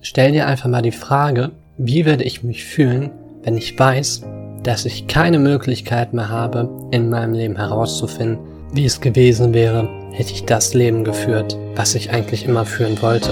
Stell dir einfach mal die Frage, wie werde ich mich fühlen, wenn ich weiß, dass ich keine Möglichkeit mehr habe, in meinem Leben herauszufinden, wie es gewesen wäre, hätte ich das Leben geführt, was ich eigentlich immer führen wollte.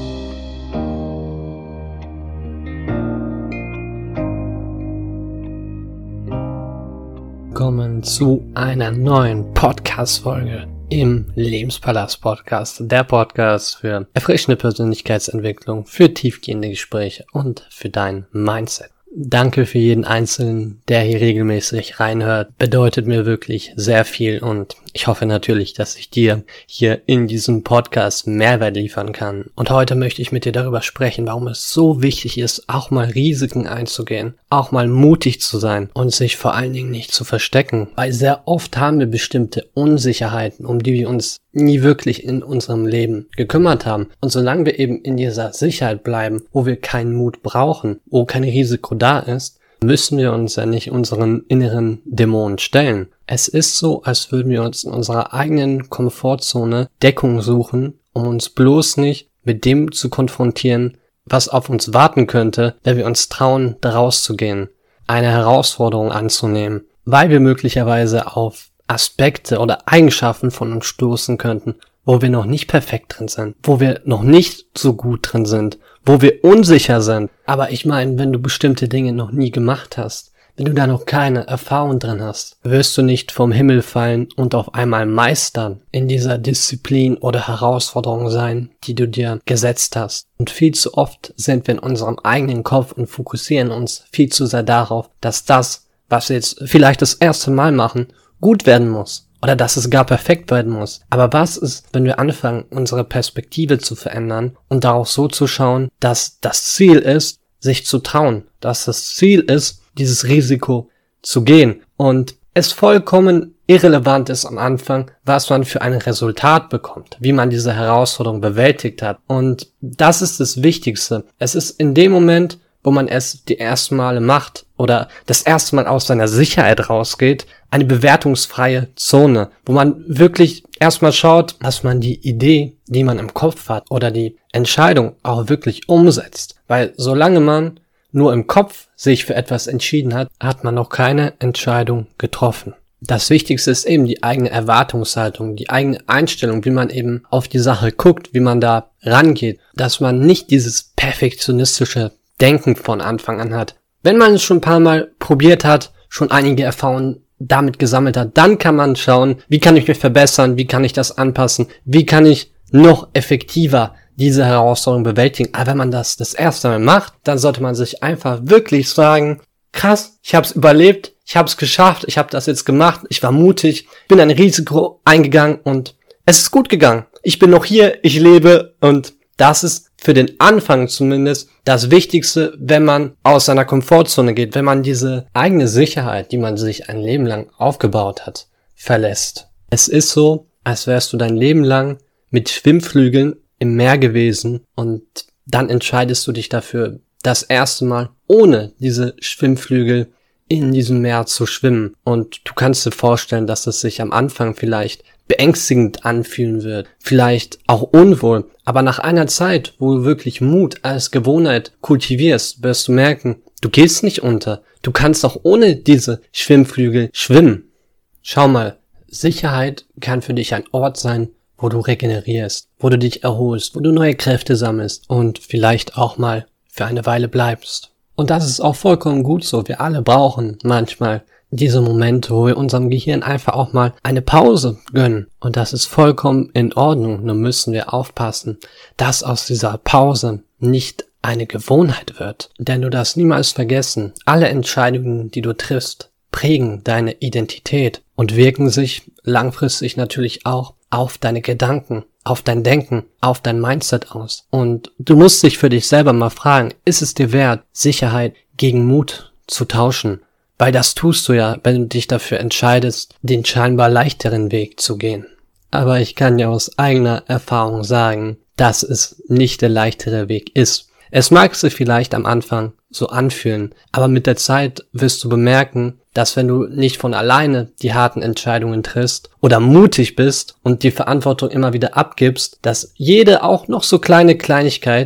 Willkommen zu einer neuen Podcast-Folge im Lebenspalast-Podcast, der Podcast für erfrischende Persönlichkeitsentwicklung, für tiefgehende Gespräche und für dein Mindset. Danke für jeden Einzelnen, der hier regelmäßig reinhört. Bedeutet mir wirklich sehr viel und ich hoffe natürlich, dass ich dir hier in diesem Podcast Mehrwert liefern kann. Und heute möchte ich mit dir darüber sprechen, warum es so wichtig ist, auch mal Risiken einzugehen, auch mal mutig zu sein und sich vor allen Dingen nicht zu verstecken. Weil sehr oft haben wir bestimmte Unsicherheiten, um die wir uns nie wirklich in unserem Leben gekümmert haben. Und solange wir eben in dieser Sicherheit bleiben, wo wir keinen Mut brauchen, wo kein Risiko da ist, müssen wir uns ja nicht unseren inneren Dämonen stellen. Es ist so, als würden wir uns in unserer eigenen Komfortzone Deckung suchen, um uns bloß nicht mit dem zu konfrontieren, was auf uns warten könnte, wenn wir uns trauen, da rauszugehen, eine Herausforderung anzunehmen, weil wir möglicherweise auf Aspekte oder Eigenschaften von uns stoßen könnten, wo wir noch nicht perfekt drin sind, wo wir noch nicht so gut drin sind, wo wir unsicher sind. Aber ich meine, wenn du bestimmte Dinge noch nie gemacht hast, wenn du da noch keine Erfahrung drin hast, wirst du nicht vom Himmel fallen und auf einmal meistern in dieser Disziplin oder Herausforderung sein, die du dir gesetzt hast. Und viel zu oft sind wir in unserem eigenen Kopf und fokussieren uns viel zu sehr darauf, dass das, was wir jetzt vielleicht das erste Mal machen, gut werden muss. Oder dass es gar perfekt werden muss. Aber was ist, wenn wir anfangen, unsere Perspektive zu verändern und darauf so zu schauen, dass das Ziel ist, sich zu trauen. Dass das Ziel ist, dieses Risiko zu gehen. Und es vollkommen irrelevant ist am Anfang, was man für ein Resultat bekommt. Wie man diese Herausforderung bewältigt hat. Und das ist das Wichtigste. Es ist in dem Moment, wo man es die ersten Male macht oder das erste Mal aus seiner Sicherheit rausgeht, eine bewertungsfreie Zone, wo man wirklich erstmal schaut, dass man die Idee, die man im Kopf hat oder die Entscheidung auch wirklich umsetzt. Weil solange man nur im Kopf sich für etwas entschieden hat, hat man noch keine Entscheidung getroffen. Das Wichtigste ist eben die eigene Erwartungshaltung, die eigene Einstellung, wie man eben auf die Sache guckt, wie man da rangeht, dass man nicht dieses perfektionistische Denken von Anfang an hat. Wenn man es schon ein paar Mal probiert hat, schon einige Erfahrungen damit gesammelt hat, dann kann man schauen, wie kann ich mich verbessern, wie kann ich das anpassen, wie kann ich noch effektiver diese Herausforderung bewältigen. Aber wenn man das erste Mal macht, dann sollte man sich einfach wirklich sagen, krass, ich habe es überlebt, ich habe es geschafft, ich habe das jetzt gemacht, ich war mutig, bin ein Risiko eingegangen und es ist gut gegangen. Ich bin noch hier, ich lebe und das ist für den Anfang zumindest das Wichtigste, wenn man aus seiner Komfortzone geht, wenn man diese eigene Sicherheit, die man sich ein Leben lang aufgebaut hat, verlässt. Es ist so, als wärst du dein Leben lang mit Schwimmflügeln im Meer gewesen und dann entscheidest du dich dafür, das erste Mal ohne diese Schwimmflügel in diesem Meer zu schwimmen. Und du kannst dir vorstellen, dass es sich am Anfang vielleicht beängstigend anfühlen wird, vielleicht auch unwohl, aber nach einer Zeit, wo du wirklich Mut als Gewohnheit kultivierst, wirst du merken, du gehst nicht unter, du kannst auch ohne diese Schwimmflügel schwimmen. Schau mal, Sicherheit kann für dich ein Ort sein, wo du regenerierst, wo du dich erholst, wo du neue Kräfte sammelst und vielleicht auch mal für eine Weile bleibst. Und das ist auch vollkommen gut so, wir alle brauchen manchmal diese Momente, wo wir unserem Gehirn einfach auch mal eine Pause gönnen. Und das ist vollkommen in Ordnung. Nur müssen wir aufpassen, dass aus dieser Pause nicht eine Gewohnheit wird. Denn du darfst niemals vergessen, alle Entscheidungen, die du triffst, prägen deine Identität und wirken sich langfristig natürlich auch auf deine Gedanken, auf dein Denken, auf dein Mindset aus. Und du musst dich für dich selber mal fragen, ist es dir wert, Sicherheit gegen Mut zu tauschen? Weil das tust du ja, wenn du dich dafür entscheidest, den scheinbar leichteren Weg zu gehen. Aber ich kann ja aus eigener Erfahrung sagen, dass es nicht der leichtere Weg ist. Es mag sich vielleicht am Anfang so anfühlen, aber mit der Zeit wirst du bemerken, dass wenn du nicht von alleine die harten Entscheidungen triffst oder mutig bist und die Verantwortung immer wieder abgibst, dass jede auch noch so kleine Kleinigkeit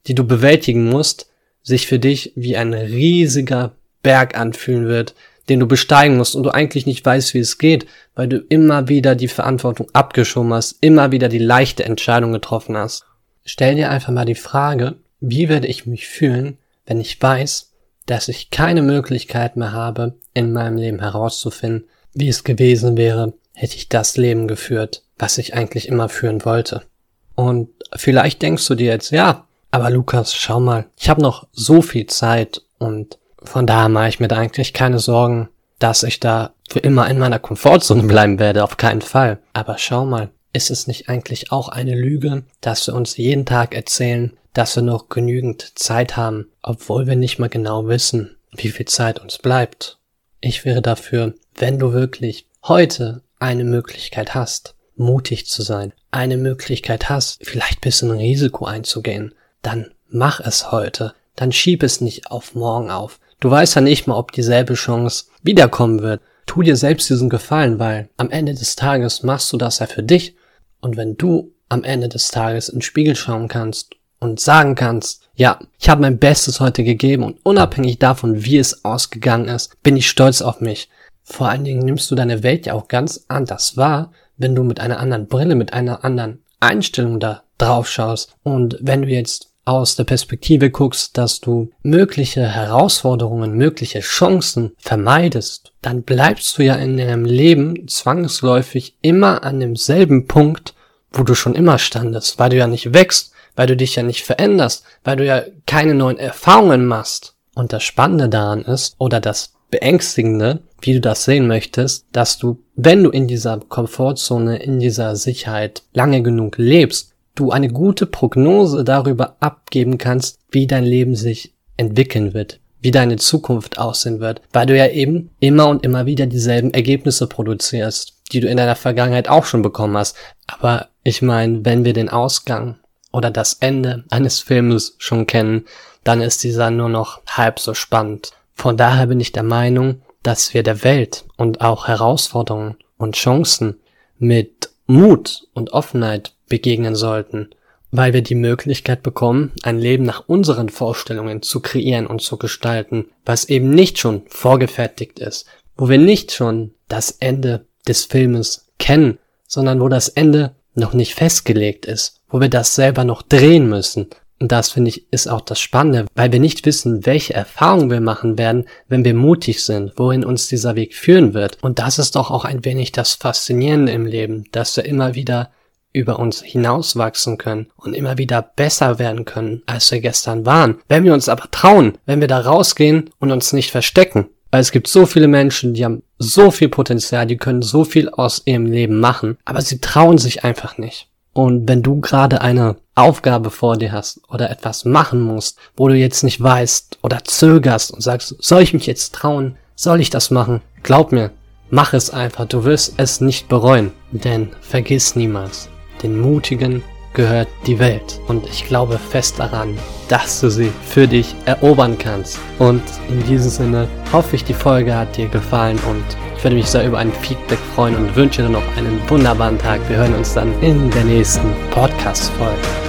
die du bewältigen musst, sich für dich wie ein riesiger Berg anfühlen wird, den du besteigen musst und du eigentlich nicht weißt, wie es geht, weil du immer wieder die Verantwortung abgeschoben hast, immer wieder die leichte Entscheidung getroffen hast. Stell dir einfach mal die Frage, wie werde ich mich fühlen, wenn ich weiß, dass ich keine Möglichkeit mehr habe, in meinem Leben herauszufinden, wie es gewesen wäre, hätte ich das Leben geführt, was ich eigentlich immer führen wollte. Und vielleicht denkst du dir jetzt, ja, aber Lukas, schau mal, ich habe noch so viel Zeit und von daher mache ich mir da eigentlich keine Sorgen, dass ich da für immer in meiner Komfortzone bleiben werde, auf keinen Fall. Aber schau mal, ist es nicht eigentlich auch eine Lüge, dass wir uns jeden Tag erzählen, dass wir noch genügend Zeit haben, obwohl wir nicht mal genau wissen, wie viel Zeit uns bleibt? Ich wäre dafür, wenn du wirklich heute eine Möglichkeit hast, mutig zu sein, eine Möglichkeit hast, vielleicht ein bisschen Risiko einzugehen, dann mach es heute. Dann schieb es nicht auf morgen auf. Du weißt ja nicht mal, ob dieselbe Chance wiederkommen wird. Tu dir selbst diesen Gefallen, weil am Ende des Tages machst du das ja für dich. Und wenn du am Ende des Tages in den Spiegel schauen kannst und sagen kannst, ja, ich habe mein Bestes heute gegeben und unabhängig davon, wie es ausgegangen ist, bin ich stolz auf mich. Vor allen Dingen nimmst du deine Welt ja auch ganz anders wahr, wenn du mit einer anderen Brille, mit einer anderen Einstellung da drauf schaust. Und wenn du jetzt aus der Perspektive guckst, dass du mögliche Herausforderungen, mögliche Chancen vermeidest, dann bleibst du ja in deinem Leben zwangsläufig immer an demselben Punkt, wo du schon immer standest, weil du ja nicht wächst, weil du dich ja nicht veränderst, weil du ja keine neuen Erfahrungen machst. Und das Spannende daran ist, oder das Beängstigende, wie du das sehen möchtest, dass du, wenn du in dieser Komfortzone, in dieser Sicherheit lange genug lebst, du eine gute Prognose darüber abgeben kannst, wie dein Leben sich entwickeln wird, wie deine Zukunft aussehen wird, weil du ja eben immer und immer wieder dieselben Ergebnisse produzierst, die du in deiner Vergangenheit auch schon bekommen hast. Aber ich meine, wenn wir den Ausgang oder das Ende eines Filmes schon kennen, dann ist dieser nur noch halb so spannend. Von daher bin ich der Meinung, dass wir der Welt und auch Herausforderungen und Chancen mit Mut und Offenheit begegnen sollten, weil wir die Möglichkeit bekommen, ein Leben nach unseren Vorstellungen zu kreieren und zu gestalten, was eben nicht schon vorgefertigt ist, wo wir nicht schon das Ende des Filmes kennen, sondern wo das Ende noch nicht festgelegt ist, wo wir das selber noch drehen müssen. Und das, finde ich, ist auch das Spannende, weil wir nicht wissen, welche Erfahrungen wir machen werden, wenn wir mutig sind, wohin uns dieser Weg führen wird. Und das ist doch auch ein wenig das Faszinierende im Leben, dass wir immer wieder über uns hinauswachsen können und immer wieder besser werden können, als wir gestern waren. Wenn wir uns aber trauen, wenn wir da rausgehen und uns nicht verstecken. Weil es gibt so viele Menschen, die haben so viel Potenzial, die können so viel aus ihrem Leben machen, aber sie trauen sich einfach nicht. Und wenn du gerade eine Aufgabe vor dir hast oder etwas machen musst, wo du jetzt nicht weißt oder zögerst und sagst, soll ich mich jetzt trauen? Soll ich das machen? Glaub mir, mach es einfach, du wirst es nicht bereuen. Denn vergiss niemals, den Mutigen gehört die Welt. Und ich glaube fest daran, dass du sie für dich erobern kannst. Und in diesem Sinne hoffe ich, die Folge hat dir gefallen und ich würde mich sehr über ein Feedback freuen und wünsche dir noch einen wunderbaren Tag. Wir hören uns dann in der nächsten Podcast-Folge.